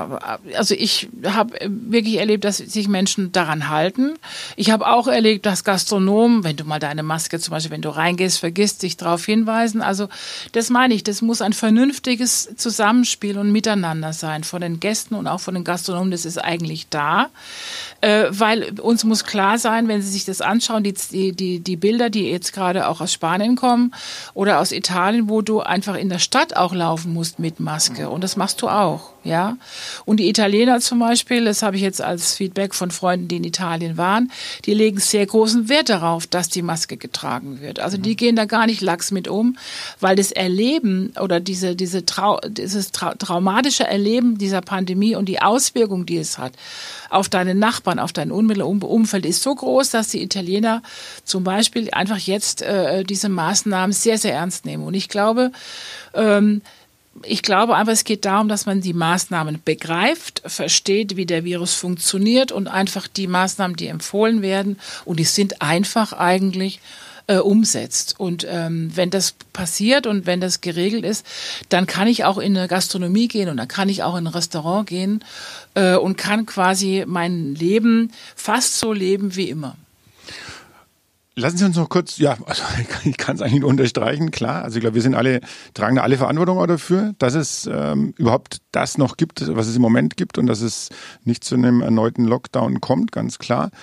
wirklich erlebt, dass sich Menschen daran halten. Ich habe auch erlebt, dass Gastronomen, wenn du mal deine Maske zum Beispiel, wenn du reingehst, vergisst, dich darauf hinweisen. Also das meine ich, das muss ein vernünftiges Zusammenspiel und Miteinander sein von den Gästen und auch von den Gastronomen. Das ist eigentlich da, weil uns muss klar sein, wenn Sie sich das anschauen, die Bilder, die jetzt gerade auch aus Spanien kommen oder aus Italien, wo du einfach in der Stadt auch laufen musst mit Maske. Und das machst du auch, ja. Und die Italiener zum Beispiel, das habe ich jetzt als Feedback von Freunden, die in Italien waren, die legen sehr großen Wert darauf, dass die Maske getragen wird. Also die gehen da gar nicht lax mit um, weil das Erleben oder dieses traumatische Erleben dieser Pandemie und die Auswirkung, die es hat auf deine Nachbarn, auf dein unmittelbares Umfeld, ist so groß, dass die Italiener zum Beispiel einfach jetzt diese Maßnahmen sehr, sehr ernst nehmen. Und ich glaube einfach, es geht darum, dass man die Maßnahmen begreift, versteht, wie der Virus funktioniert und einfach die Maßnahmen, die empfohlen werden, und die sind einfach eigentlich, umsetzt. Und wenn das passiert und wenn das geregelt ist, dann kann ich auch in eine Gastronomie gehen und dann kann ich auch in ein Restaurant gehen und kann quasi mein Leben fast so leben wie immer. Lassen Sie uns noch kurz, ja, also ich kann es eigentlich nur unterstreichen, klar. Also ich glaube, tragen da alle Verantwortung dafür, dass es überhaupt das noch gibt, was es im Moment gibt und dass es nicht zu einem erneuten Lockdown kommt, ganz klar.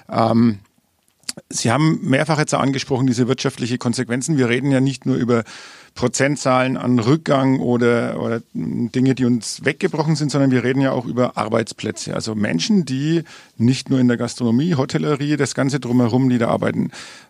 Sie haben mehrfach jetzt angesprochen, diese wirtschaftliche Konsequenzen. Wir reden ja nicht nur über Prozentzahlen an Rückgang oder Dinge, die uns weggebrochen sind, sondern wir reden ja auch über Arbeitsplätze. Also Menschen, die nicht nur in der Gastronomie, Hotellerie, das Ganze drumherum, die da arbeiten.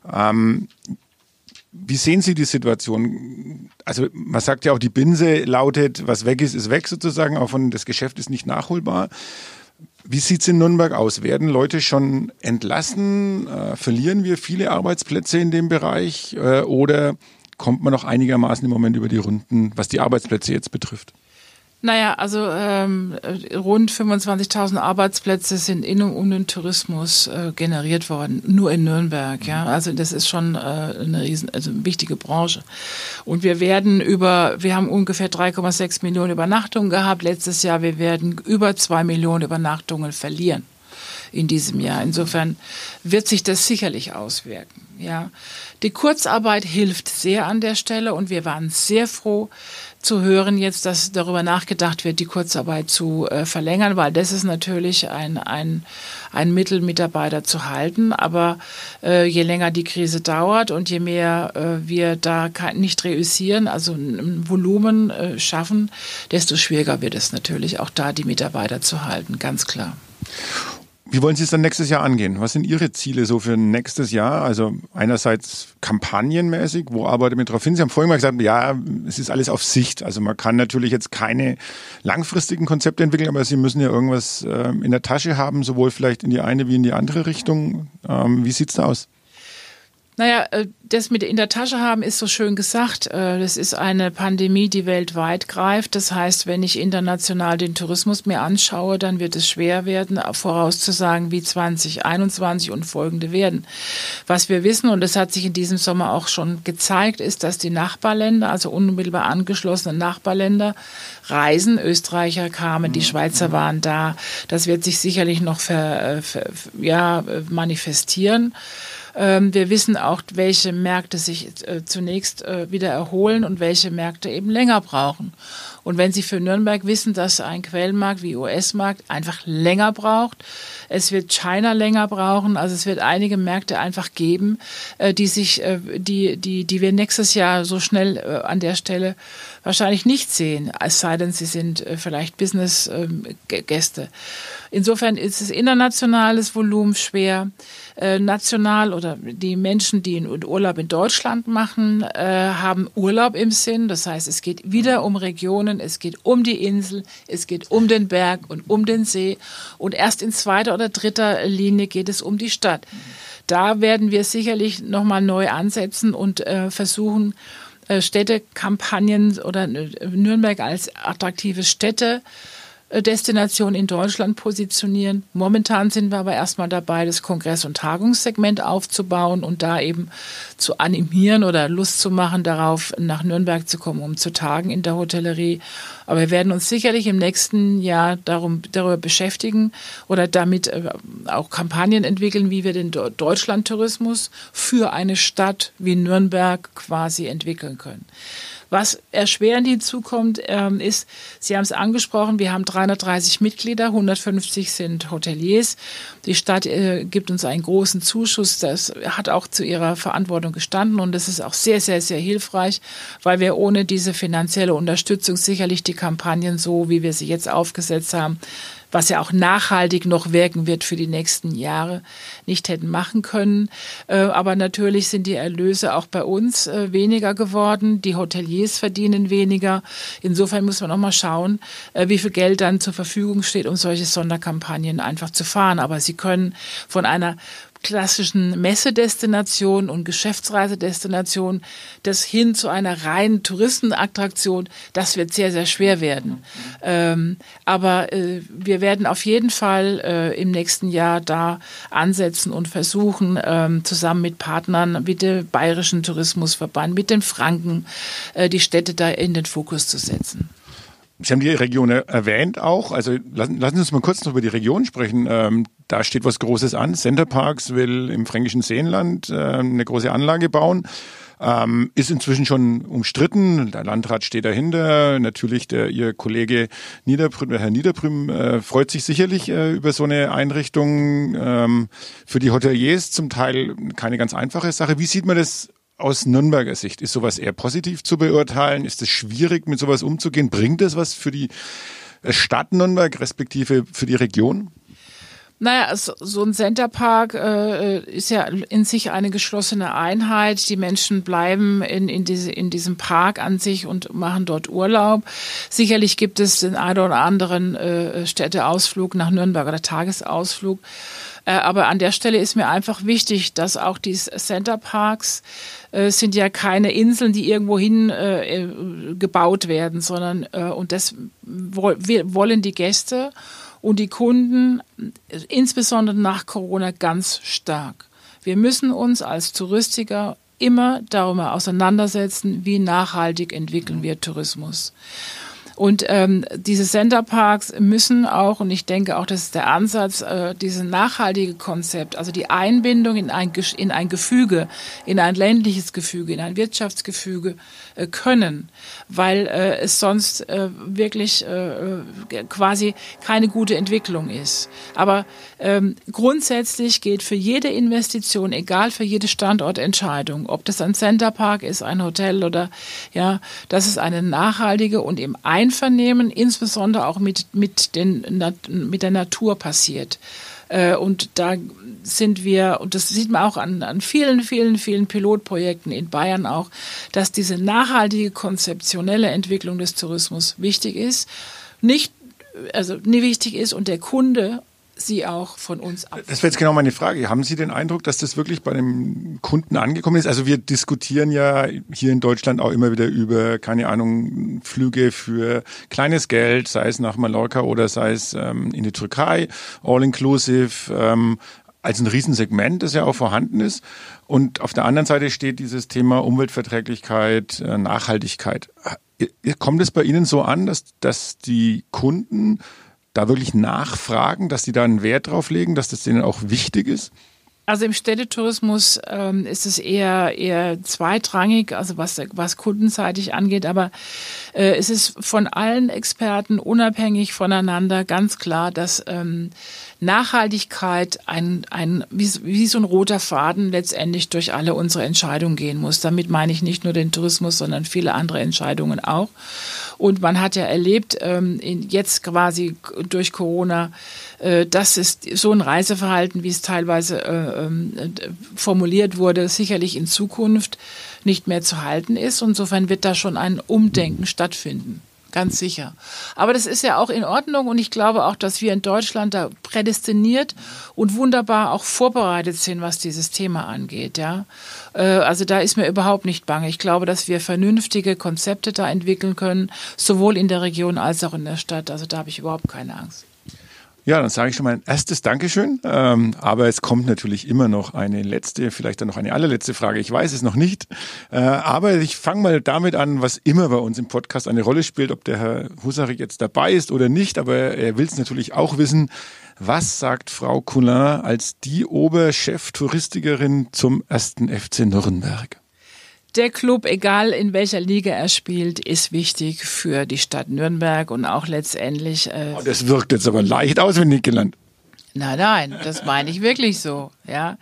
Wie sehen Sie die Situation? Also man sagt ja auch, die Binse lautet, was weg ist weg sozusagen, auch von das Geschäft ist nicht nachholbar. Wie sieht es in Nürnberg aus? Werden Leute schon entlassen? Verlieren wir viele Arbeitsplätze in dem Bereich? Oder kommt man noch einigermaßen im Moment über die Runden, was die Arbeitsplätze jetzt betrifft? Naja, also rund 25.000 Arbeitsplätze sind in und um den Tourismus generiert worden, nur in Nürnberg. Ja, also das ist schon eine wichtige Branche. Und wir haben ungefähr 3,6 Millionen Übernachtungen gehabt letztes Jahr. Wir werden über 2 Millionen Übernachtungen verlieren in diesem Jahr. Insofern wird sich das sicherlich auswirken. Ja, die Kurzarbeit hilft sehr an der Stelle und wir waren sehr froh zu hören jetzt, dass darüber nachgedacht wird, die Kurzarbeit zu verlängern, weil das ist natürlich ein Mittel, Mitarbeiter zu halten. Aber je länger die Krise dauert und je mehr wir da nicht reüssieren, also ein Volumen schaffen, desto schwieriger wird es natürlich, auch da die Mitarbeiter zu halten, ganz klar. Wie wollen Sie es dann nächstes Jahr angehen? Was sind Ihre Ziele so für nächstes Jahr? Also einerseits kampagnenmäßig, wo arbeitet man drauf hin? Sie haben vorhin mal gesagt, ja, es ist alles auf Sicht. Also man kann natürlich jetzt keine langfristigen Konzepte entwickeln, aber Sie müssen ja irgendwas in der Tasche haben, sowohl vielleicht in die eine wie in die andere Richtung. Wie sieht's da aus? Naja, das mit in der Tasche haben ist so schön gesagt. Das ist eine Pandemie, die weltweit greift. Das heißt, wenn ich international den Tourismus mir anschaue, dann wird es schwer werden, vorauszusagen, wie 2021 und folgende werden. Was wir wissen, und das hat sich in diesem Sommer auch schon gezeigt, ist, dass die Nachbarländer, also unmittelbar angeschlossene Nachbarländer, reisen. Österreicher kamen, die Schweizer waren da. Das wird sich sicherlich noch manifestieren. Wir wissen auch, welche Märkte sich zunächst wieder erholen und welche Märkte eben länger brauchen. Und wenn Sie für Nürnberg wissen, dass ein Quellenmarkt wie US-Markt einfach länger braucht, es wird China länger brauchen, also es wird einige Märkte einfach geben, die wir nächstes Jahr so schnell an der Stelle wahrscheinlich nicht sehen, es sei denn, sie sind vielleicht Business-Gäste. Insofern ist es internationales Volumen schwer. National oder die Menschen, die Urlaub in Deutschland machen, haben Urlaub im Sinn. Das heißt, es geht wieder um Regionen, es geht um die Insel, es geht um den Berg und um den See. Und erst in zweiter oder dritter Linie geht es um die Stadt. Da werden wir sicherlich nochmal neu ansetzen und versuchen, Städtekampagnen oder Nürnberg als attraktive Städtedestination in Deutschland positionieren. Momentan sind wir aber erstmal dabei, das Kongress- und Tagungssegment aufzubauen und da eben zu animieren oder Lust zu machen, darauf nach Nürnberg zu kommen, um zu tagen in der Hotellerie. Aber wir werden uns sicherlich im nächsten Jahr darüber beschäftigen oder damit auch Kampagnen entwickeln, wie wir den Deutschlandtourismus für eine Stadt wie Nürnberg quasi entwickeln können. Was erschwerend hinzukommt, ist, Sie haben es angesprochen, wir haben 330 Mitglieder, 150 sind Hoteliers. Die Stadt gibt uns einen großen Zuschuss, das hat auch zu ihrer Verantwortung gestanden und das ist auch sehr, sehr, sehr hilfreich, weil wir ohne diese finanzielle Unterstützung sicherlich die Kampagnen so, wie wir sie jetzt aufgesetzt haben, was ja auch nachhaltig noch wirken wird für die nächsten Jahre, nicht hätten machen können. Aber natürlich sind die Erlöse auch bei uns weniger geworden. Die Hoteliers verdienen weniger. Insofern muss man auch mal schauen, wie viel Geld dann zur Verfügung steht, um solche Sonderkampagnen einfach zu fahren. Aber Sie können von einer klassischen Messedestination und Geschäftsreisedestination, das hin zu einer reinen Touristenattraktion, das wird sehr, sehr schwer werden. Aber wir werden auf jeden Fall im nächsten Jahr da ansetzen und versuchen, zusammen mit Partnern, mit dem Bayerischen Tourismusverband, mit den Franken, die Städte da in den Fokus zu setzen. Sie haben die Region erwähnt auch. Also lassen Sie uns mal kurz noch über die Region sprechen. Da steht was Großes an. Center Parcs will im fränkischen Seenland eine große Anlage bauen. Ist inzwischen schon umstritten. Der Landrat steht dahinter. Natürlich Ihr Kollege Herr Niederbrüm, freut sich sicherlich über so eine Einrichtung. Für die Hoteliers zum Teil keine ganz einfache Sache. Wie sieht man das aus Nürnberger Sicht? Ist sowas eher positiv zu beurteilen? Ist es schwierig, mit sowas umzugehen? Bringt das was für die Stadt Nürnberg, respektive für die Region? Naja, so ein Centerpark ist ja in sich eine geschlossene Einheit. Die Menschen bleiben in diesem Park an sich und machen dort Urlaub. Sicherlich gibt es den einen oder anderen Städteausflug nach Nürnberg oder Tagesausflug. Aber an der Stelle ist mir einfach wichtig, dass auch die Centerparks sind ja keine Inseln, die irgendwo hin gebaut werden, sondern und das wollen die Gäste und die Kunden, insbesondere nach Corona, ganz stark. Wir müssen uns als Touristiker immer darüber auseinandersetzen, wie nachhaltig entwickeln wir Tourismus. Und diese Centerparks müssen auch, und ich denke auch, das ist der Ansatz, dieses nachhaltige Konzept, also die Einbindung in ein Gefüge, in ein ländliches Gefüge, in ein Wirtschaftsgefüge können, weil es sonst wirklich quasi keine gute Entwicklung ist. Aber grundsätzlich gilt für jede Investition, egal für jede Standortentscheidung, ob das ein Centerpark ist, ein Hotel oder ja, das ist eine nachhaltige und im Einvernehmen, insbesondere auch mit der Natur passiert. Und da sind wir, und das sieht man auch an vielen, vielen, vielen Pilotprojekten in Bayern auch, dass diese nachhaltige, konzeptionelle Entwicklung des Tourismus wichtig ist. Wichtig ist und der Kunde sie auch von uns ab. Das wäre jetzt genau meine Frage. Haben Sie den Eindruck, dass das wirklich bei dem Kunden angekommen ist? Also wir diskutieren ja hier in Deutschland auch immer wieder über, keine Ahnung, Flüge für kleines Geld, sei es nach Mallorca oder sei es in die Türkei, all-inclusive, als ein Riesensegment, das ja auch vorhanden ist. Und auf der anderen Seite steht dieses Thema Umweltverträglichkeit, Nachhaltigkeit. Kommt es bei Ihnen so an, dass die Kunden da wirklich nachfragen, dass sie da einen Wert drauf legen, dass das denen auch wichtig ist? Also im Städtetourismus ist es eher zweitrangig, also was kundenseitig angeht, aber es ist von allen Experten unabhängig voneinander ganz klar, dass Nachhaltigkeit wie so ein roter Faden letztendlich durch alle unsere Entscheidungen gehen muss. Damit meine ich nicht nur den Tourismus, sondern viele andere Entscheidungen auch. Und man hat ja erlebt, jetzt quasi durch Corona, dass es so ein Reiseverhalten, wie es teilweise formuliert wurde, sicherlich in Zukunft nicht mehr zu halten ist. Insofern wird da schon ein Umdenken stattfinden. Ganz sicher. Aber das ist ja auch in Ordnung und ich glaube auch, dass wir in Deutschland da prädestiniert und wunderbar auch vorbereitet sind, was dieses Thema angeht. Ja? Also da ist mir überhaupt nicht bange. Ich glaube, dass wir vernünftige Konzepte da entwickeln können, sowohl in der Region als auch in der Stadt. Also da habe ich überhaupt keine Angst. Ja, dann sage ich schon mal ein erstes Dankeschön. Aber es kommt natürlich immer noch eine letzte, vielleicht dann noch eine allerletzte Frage. Ich weiß es noch nicht. Aber ich fange mal damit an, was immer bei uns im Podcast eine Rolle spielt, ob der Herr Husarek jetzt dabei ist oder nicht. Aber er will es natürlich auch wissen. Was sagt Frau Coulin als die Oberchef-Touristikerin zum 1. FC Nürnberg? Der Club, egal in welcher Liga er spielt, ist wichtig für die Stadt Nürnberg und auch letztendlich. Das wirkt jetzt aber leicht auswendig gelernt. Nein, das meine ich wirklich so, ja.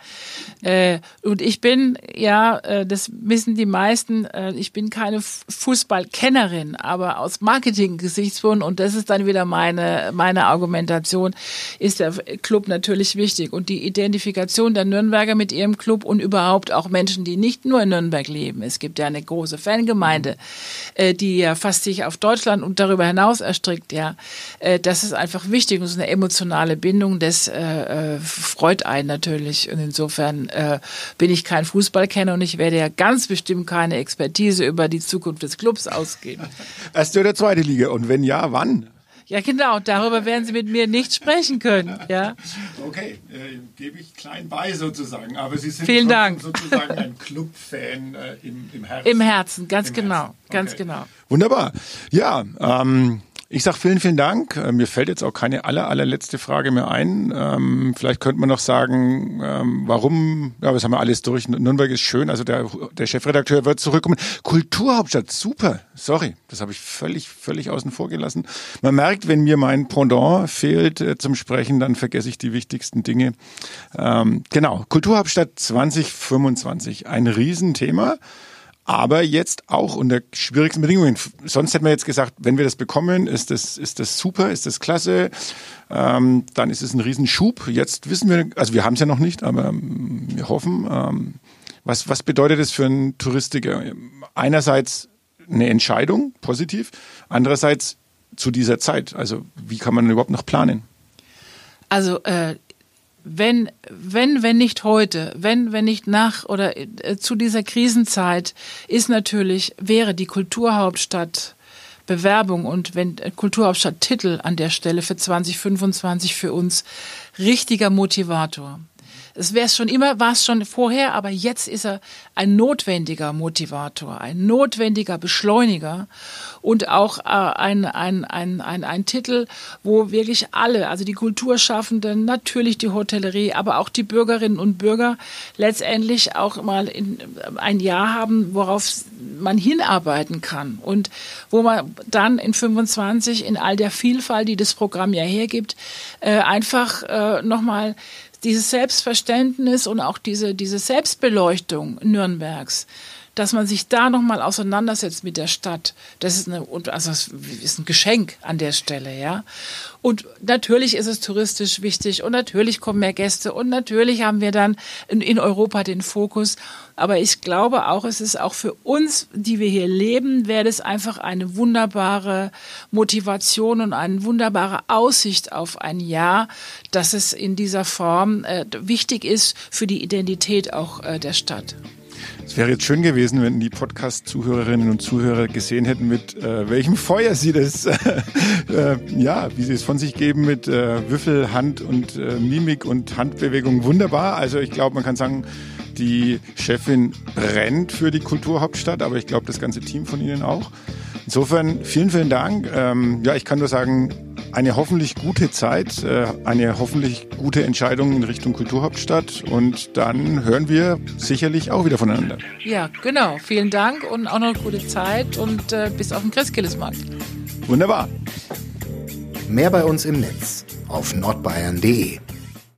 Und ich bin, das wissen die meisten, ich bin keine Fußballkennerin, aber aus Marketing-Gesichtspunkten, und das ist dann wieder meine Argumentation, ist der Club natürlich wichtig. Und die Identifikation der Nürnberger mit ihrem Club und überhaupt auch Menschen, die nicht nur in Nürnberg leben. Es gibt ja eine große Fangemeinde, die ja fast sich auf Deutschland und darüber hinaus erstreckt, ja. Das ist einfach wichtig und es ist eine emotionale Bindung, das freut einen natürlich. Und insofern bin ich kein Fußballkenner und ich werde ja ganz bestimmt keine Expertise über die Zukunft des Clubs ausgeben. Erste oder zweite Liga? Und wenn ja, wann? Ja, genau. Darüber werden Sie mit mir nicht sprechen können. Ja. Okay, gebe ich klein bei sozusagen. Aber Sie sind Vielen Dank. Sozusagen ein Club-Fan im Herzen. Im Herzen, ganz Im genau. Herzen. Ganz Okay. genau. Wunderbar. Ja, ich sage vielen, vielen Dank. Mir fällt jetzt auch keine allerletzte Frage mehr ein. Vielleicht könnte man noch sagen, warum, ja, das haben wir alles durch. Nürnberg ist schön, also der Chefredakteur wird zurückkommen. Kulturhauptstadt, super. Sorry, das habe ich völlig außen vor gelassen. Man merkt, wenn mir mein Pendant fehlt zum Sprechen, dann vergesse ich die wichtigsten Dinge. Genau, Kulturhauptstadt 2025, ein Riesenthema. Aber jetzt auch unter schwierigsten Bedingungen. Sonst hätten wir jetzt gesagt, wenn wir das bekommen, ist das super, ist das klasse, dann ist es ein Riesenschub. Jetzt wissen wir, also wir haben es ja noch nicht, aber wir hoffen. Was bedeutet das für einen Touristiker? Einerseits eine Entscheidung, positiv, andererseits zu dieser Zeit. Also wie kann man überhaupt noch planen? Also wenn nicht heute, wenn nicht nach oder zu dieser Krisenzeit wäre die Kulturhauptstadt Bewerbung und wenn Kulturhauptstadt-Titel an der Stelle für 2025 für uns richtiger Motivator. War es schon vorher, aber jetzt ist er ein notwendiger Motivator, ein notwendiger Beschleuniger und auch ein Titel, wo wirklich alle, also die Kulturschaffenden, natürlich die Hotellerie, aber auch die Bürgerinnen und Bürger letztendlich auch mal ein Jahr haben, worauf man hinarbeiten kann und wo man dann in 25 in all der Vielfalt, die das Programm ja hergibt, einfach nochmal dieses Selbstverständnis und auch diese Selbstbeleuchtung Nürnbergs dass man sich da nochmal auseinandersetzt mit der Stadt. Das ist ein Geschenk an der Stelle, ja. Und natürlich ist es touristisch wichtig und natürlich kommen mehr Gäste und natürlich haben wir dann in Europa den Fokus. Aber ich glaube auch, es ist auch für uns, die wir hier leben, wäre das einfach eine wunderbare Motivation und eine wunderbare Aussicht auf ein Jahr, dass es in dieser Form wichtig ist für die Identität auch der Stadt. Es wäre jetzt schön gewesen, wenn die Podcast-Zuhörerinnen und Zuhörer gesehen hätten, mit welchem Feuer sie das, wie sie es von sich geben, mit Würfel, Hand und Mimik und Handbewegung. Wunderbar. Also ich glaube, man kann sagen, die Chefin brennt für die Kulturhauptstadt, aber ich glaube, das ganze Team von Ihnen auch. Insofern vielen, vielen Dank. Ich kann nur sagen, eine hoffentlich gute Zeit, eine hoffentlich gute Entscheidung in Richtung Kulturhauptstadt und dann hören wir sicherlich auch wieder voneinander. Ja, genau. Vielen Dank und auch noch eine gute Zeit und bis auf den Christkindlesmarkt. Wunderbar. Mehr bei uns im Netz auf nordbayern.de.